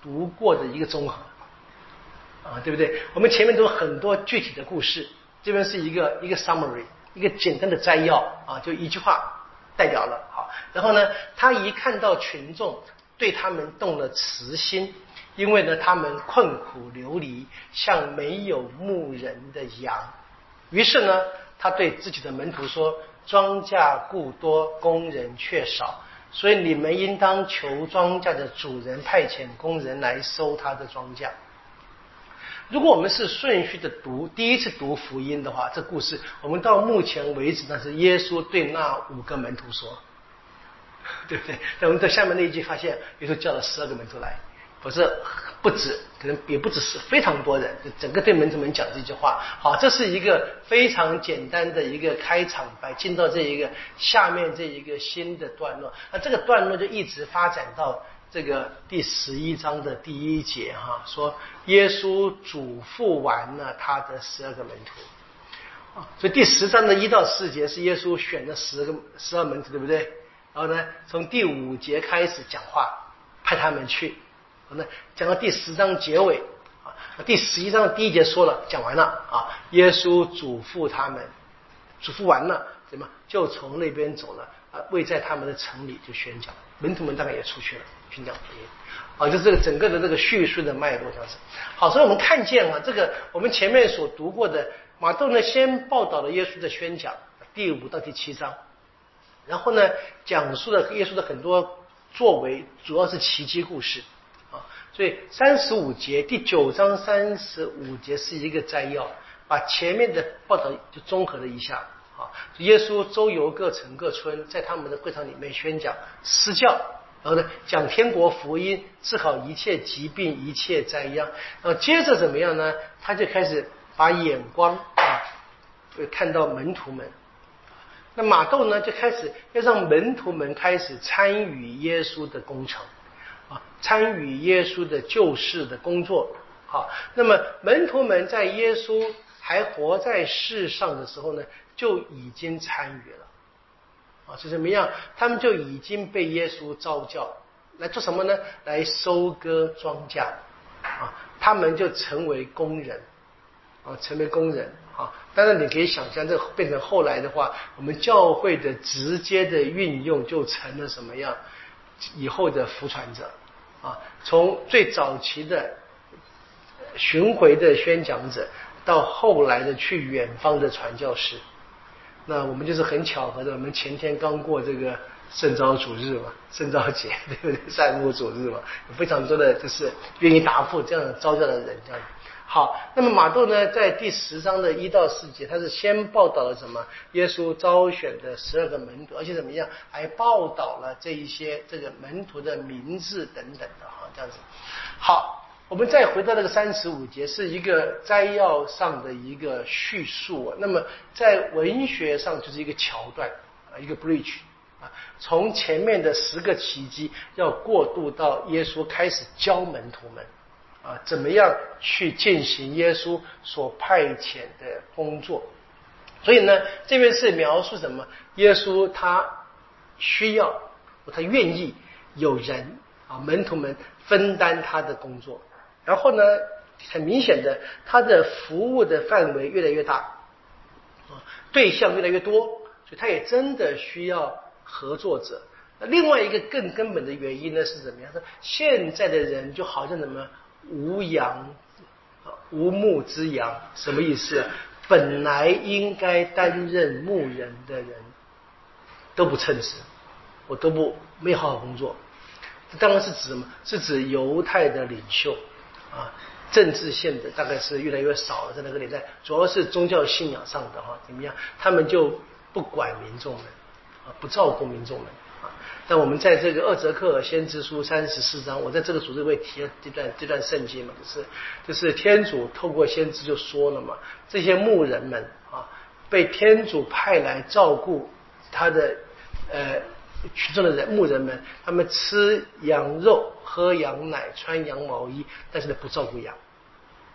Speaker 1: 读过的一个综合啊，对不对？我们前面都有很多具体的故事，这边是一个一个 summary， 一个简单的摘要啊，就一句话带掉了。好，然后呢，他一看到群众，对他们动了慈心，因为呢，他们困苦流离，像没有牧人的羊。于是呢，他对自己的门徒说：庄稼故多，工人却少，所以你们应当求庄稼的主人派遣工人来收他的庄稼。如果我们是顺序的读，第一次读福音的话，这故事我们到目前为止，那是耶稣对那五个门徒说，对不对？那我们在下面那一句发现，耶稣叫了十二个门徒来，不是不止，可能也不只是非常多人，就整个对门徒们讲这句话。好，这是一个非常简单的一个开场白，进到这一个下面这一个新的段落。那这个段落就一直发展到这个第十一章的第一节哈，说耶稣嘱咐完了他的十二个门徒，所以第十章的一到四节是耶稣选的十个十二门徒，对不对？然后呢，从第五节开始讲话，派他们去，然后呢，讲到第十章结尾啊，第十一章的第一节说了，讲完了啊，耶稣嘱咐他们，嘱咐完了，怎么就从那边走了啊？未在他们的城里就宣讲，门徒们大概也出去了。宣讲福音啊，就是这个整个的这个叙述的脉络这样子。好，所以我们看见啊，这个我们前面所读过的马窦呢，先报道了耶稣的宣讲，第五到第七章，然后呢，讲述了耶稣的很多作为，主要是奇迹故事啊。所以三十五节，第九章三十五节是一个摘要，把前面的报道就综合了一下啊。耶稣周游各城各村，在他们的会场里面宣讲施教。然后呢，讲天国福音，治好一切疾病，一切灾殃。然后接着怎么样呢？他就开始把眼光啊，看到门徒们。那马窦呢，就开始要让门徒们开始参与耶稣的工程啊，参与耶稣的救世的工作。好，那么门徒们在耶稣还活在世上的时候呢，就已经参与了。啊，是怎么样？他们就已经被耶稣召叫来做什么呢？来收割庄稼啊！他们就成为工人啊，成为工人啊！当然，你可以想象，这变成后来的话，我们教会的直接的运用就成了什么样？以后的福传者啊，从最早期的巡回的宣讲者，到后来的去远方的传教士。那我们就是很巧合的，我们前天刚过这个圣召主日嘛，圣召节，对不对？善牧主日嘛，有非常多的就是愿意答复这样的召教的人，这样。好，那么马窦呢，在第十章的一到四节，他是先报道了什么？耶稣招选的十二个门徒，而且怎么样，还报道了这一些这个门徒的名字等等的哈，这样子。好。我们再回到那个三十五节，是一个摘要上的一个叙述啊。那么在文学上就是一个桥段啊，一个 bridge 啊，从前面的十个奇迹要过渡到耶稣开始教门徒们啊，怎么样去进行耶稣所派遣的工作。所以呢，这边是描述什么？耶稣他需要，他愿意有人啊，门徒们分担他的工作。然后呢，很明显的，他的服务的范围越来越大，啊，对象越来越多，所以他也真的需要合作者。那另外一个更根本的原因呢是怎么样？说现在的人就好像什么无羊无牧之羊，什么意思？本来应该担任牧人的人都不称职，我都不没有好好工作。这当然是指什么？是指犹太的领袖。啊，政治线的大概是越来越少了，在那个年代，主要是宗教信仰上的哈，怎么样？他们就不管民众们，啊，不照顾民众们啊。但我们在这个二则克尔先知书三十四章，我在这个组织会提了这段这段圣经嘛，就是就是天主透过先知就说了嘛，这些牧人们啊，被天主派来照顾他的呃。群众的人牧人们，他们吃羊肉喝羊奶穿羊毛衣，但是呢不照顾羊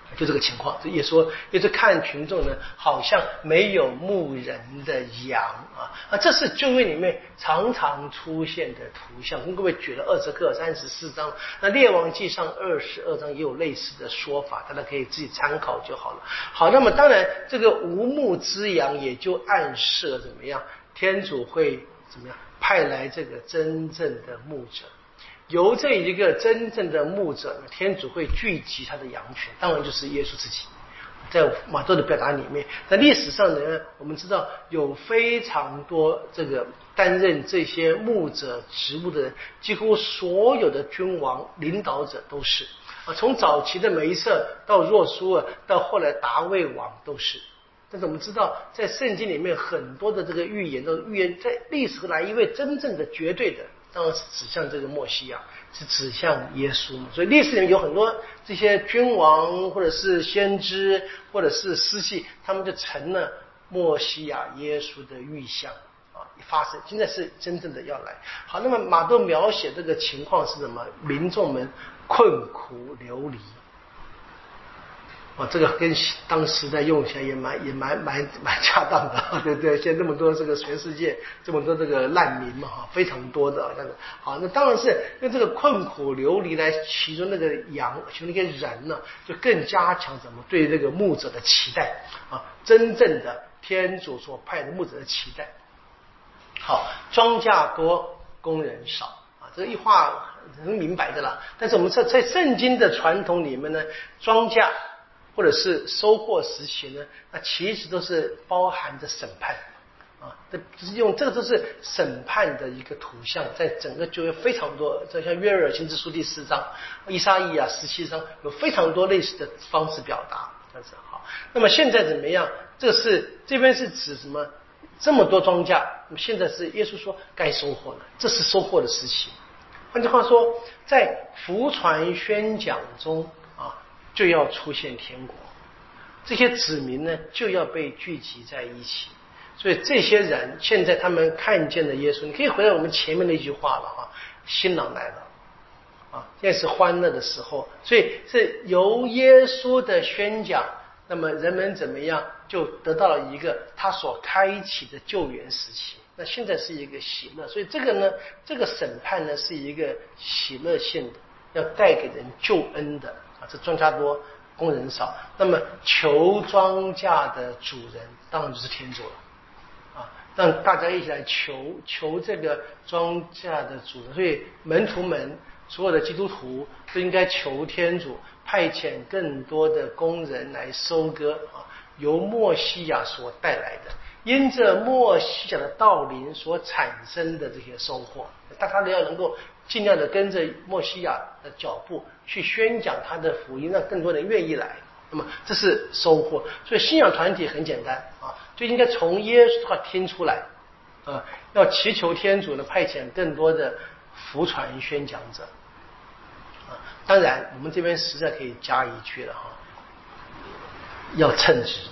Speaker 1: 就这个情况，这也说，也是看群众呢，好像没有牧人的羊啊啊，这是旧约里面常常出现的图像。跟各位举了二十个、三十四章，那列王记上二十二章也有类似的说法，大家可以自己参考就好了。好，那么当然这个无牧之羊也就暗示了怎么样，天主会怎么样派来这个真正的牧者。由这一个真正的牧者呢，天主会聚集他的羊群，当然就是耶稣自己。在马窦的表达里面，在历史上呢，我们知道有非常多这个担任这些牧者职务的人，几乎所有的君王领导者都是啊，从早期的梅瑟到若苏尔，到后来达味王都是。但是我们知道，在圣经里面很多的这个预言都预言，在历史来一位真正的绝对的。当然是指向这个默西亚，是指向耶稣嘛。所以历史里面有很多这些君王或者是先知或者是司祭，他们就成了默西亚耶稣的预象啊，发生。现在是真正的要来。好，那么马窦描写这个情况是什么？民众们困苦流离。哦，这个跟当时在用起来也蛮也蛮蛮蛮恰当的，对不对？现在那么多这个全世界这么多这个难民嘛，哈，非常多的那个好，那当然是用这个困苦流离来其中那个羊，其中那些人呢，就更加强什么对这个牧者的期待啊，真正的天主所派的牧者的期待。好，庄稼多，工人少啊，这一话很明白的啦。但是我们在在圣经的传统里面呢，庄稼或者是收获时期呢，那其实都是包含着审判啊，这就是用这个都是审判的一个图像，在整个旧约非常多，就像约珥先知书第四章、以撒意亚十七章，有非常多类似的方式表达。这样子好，那么现在怎么样？这是这边是指什么？这么多庄稼，那么现在是耶稣说该收获了，这是收获的时期。换句话说，在福传宣讲中啊，就要出现天国，这些子民呢就要被聚集在一起。所以这些人现在他们看见了耶稣，你可以回到我们前面那句话了哈，新郎来了啊，现在是欢乐的时候，所以是由耶稣的宣讲，那么人们怎么样就得到了一个他所开启的救援时期。那现在是一个喜乐，所以这个呢，这个审判呢是一个喜乐性的，要带给人救恩的啊。这庄稼多，工人少，那么求庄稼的主人当然就是天主了啊，让大家一起来求求这个庄稼的主人。所以门徒们所有的基督徒都应该求天主派遣更多的工人来收割啊，由默西亚所带来的，因着默西亚的到临所产生的这些收获，大家都要能够尽量的跟着默西亚的脚步去宣讲他的福音，让更多人愿意来。那么这是收获。所以信仰团体很简单啊，就应该从耶稣的话听出来啊，要祈求天主呢派遣更多的福传宣讲者啊。当然，我们这边实在可以加一句了哈，要称职。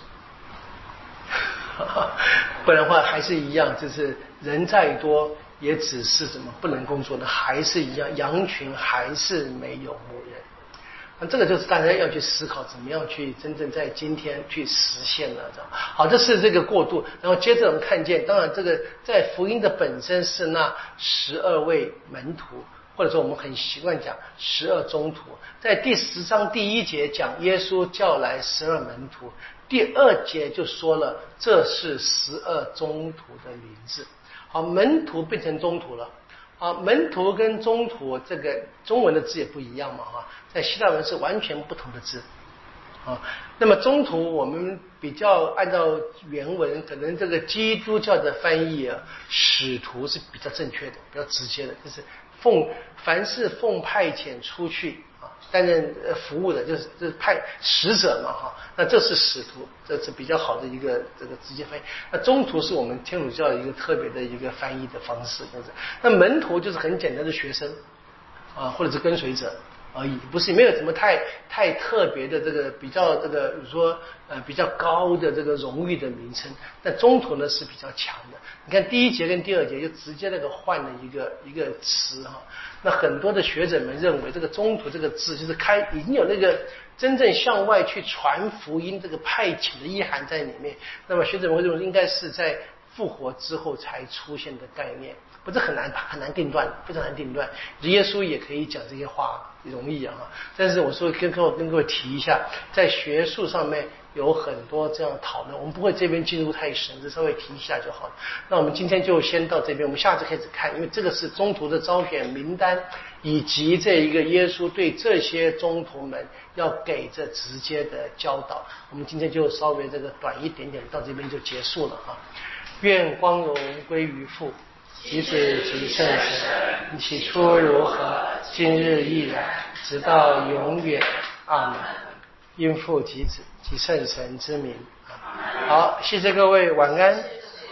Speaker 1: 不然的话还是一样，就是人再多也只是什么不能工作的，还是一样，羊群还是没有牧人。那这个就是大家要去思考，怎么样去真正在今天去实现了。好，这是这个过渡。然后接着我们看见，当然这个在福音的本身是那十二位门徒，或者说我们很习惯讲十二宗徒。在第十章第一节讲耶稣叫来十二门徒，第二节就说了这是十二宗徒的名字。好，门徒变成宗徒了。啊，门徒跟宗徒这个中文的字也不一样嘛，哈，在希腊文是完全不同的字。啊，那么宗徒我们比较按照原文，可能这个基督教的翻译啊，使徒是比较正确的，比较直接的，就是奉凡是奉派遣出去啊，担任服务的，就是就是派使者嘛，哈，那这是使徒，这是比较好的一个这个直接翻译。那宗徒是我们天主教的一个特别的一个翻译的方式，就是那门徒就是很简单的学生啊，或者是跟随者而已，不是没有什么太太特别的这个比较这个比如说呃比较高的这个荣誉的名称。但宗徒呢是比较强的。 你看第一节跟第二节就直接那个换了一个一个词哈。那很多的学者们认为，这个中途这个字就是开已经有那个真正向外去传福音这个派遣的意涵在里面。那么学者们认为应该是在复活之后才出现的概念，不是很难很难定断，非常难定断。耶稣也可以讲这些话，容易啊。但是我说跟各位跟各位提一下，在学术上面有很多这样讨论，我们不会这边进入太深，只稍微提一下就好了。那我们今天就先到这边，我们下次开始看，因为这个是中途的招选名单，以及这一个耶稣对这些中途们要给这直接的教导。我们今天就稍微这个短一点点，到这边就结束了啊。愿光荣归于父，及子及圣神，起初如何，今日亦然，直到永远。阿们。因父及子及圣神之名。好，谢谢各位，晚安。